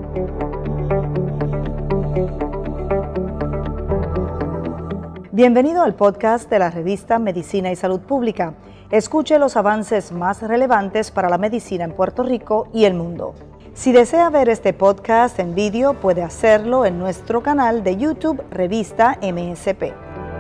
Bienvenido al podcast de la revista Medicina y Salud Pública. Escuche los avances más relevantes para la medicina en Puerto Rico y el mundo. Si desea ver este podcast en vídeo, puede hacerlo en nuestro canal de YouTube Revista MSP.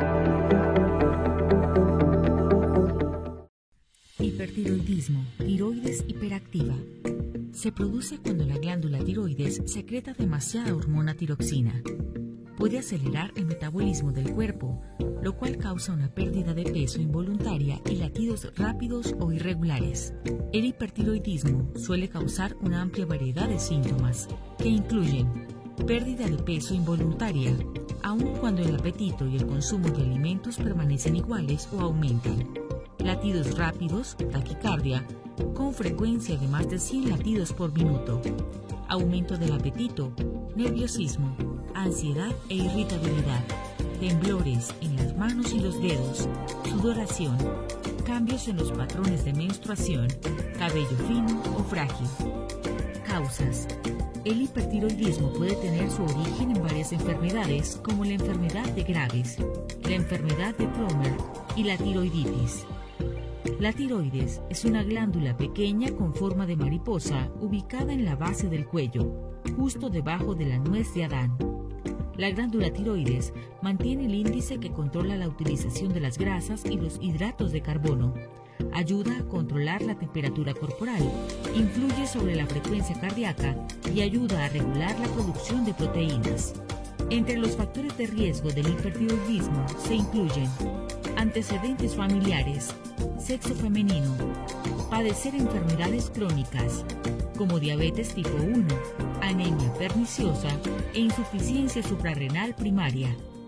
Hipertiroidismo, tiroides hiperactiva. Se produce cuando la glándula tiroides secreta demasiada hormona tiroxina. Puede acelerar el metabolismo del cuerpo, lo cual causa una pérdida de peso involuntaria y latidos rápidos o irregulares. El hipertiroidismo suele causar una amplia variedad de síntomas, que incluyen pérdida de peso involuntaria, aun cuando el apetito y el consumo de alimentos permanecen iguales o aumentan. Latidos rápidos, taquicardia, con frecuencia de más de 100 latidos por minuto. Aumento del apetito, nerviosismo, ansiedad e irritabilidad, temblores en las manos y los dedos, sudoración, cambios en los patrones de menstruación, cabello fino o frágil. Causas. El hipertiroidismo puede tener su origen en varias enfermedades como la enfermedad de Graves, la enfermedad de Plummer y la tiroiditis. La tiroides es una glándula pequeña con forma de mariposa ubicada en la base del cuello, justo debajo de la nuez de Adán. La glándula tiroides mantiene el índice que controla la utilización de las grasas y los hidratos de carbono, ayuda a controlar la temperatura corporal, influye sobre la frecuencia cardíaca y ayuda a regular la producción de proteínas. Entre los factores de riesgo del hipertiroidismo se incluyen antecedentes familiares, sexo femenino, padecer enfermedades crónicas como diabetes tipo 1, anemia perniciosa e insuficiencia suprarrenal primaria.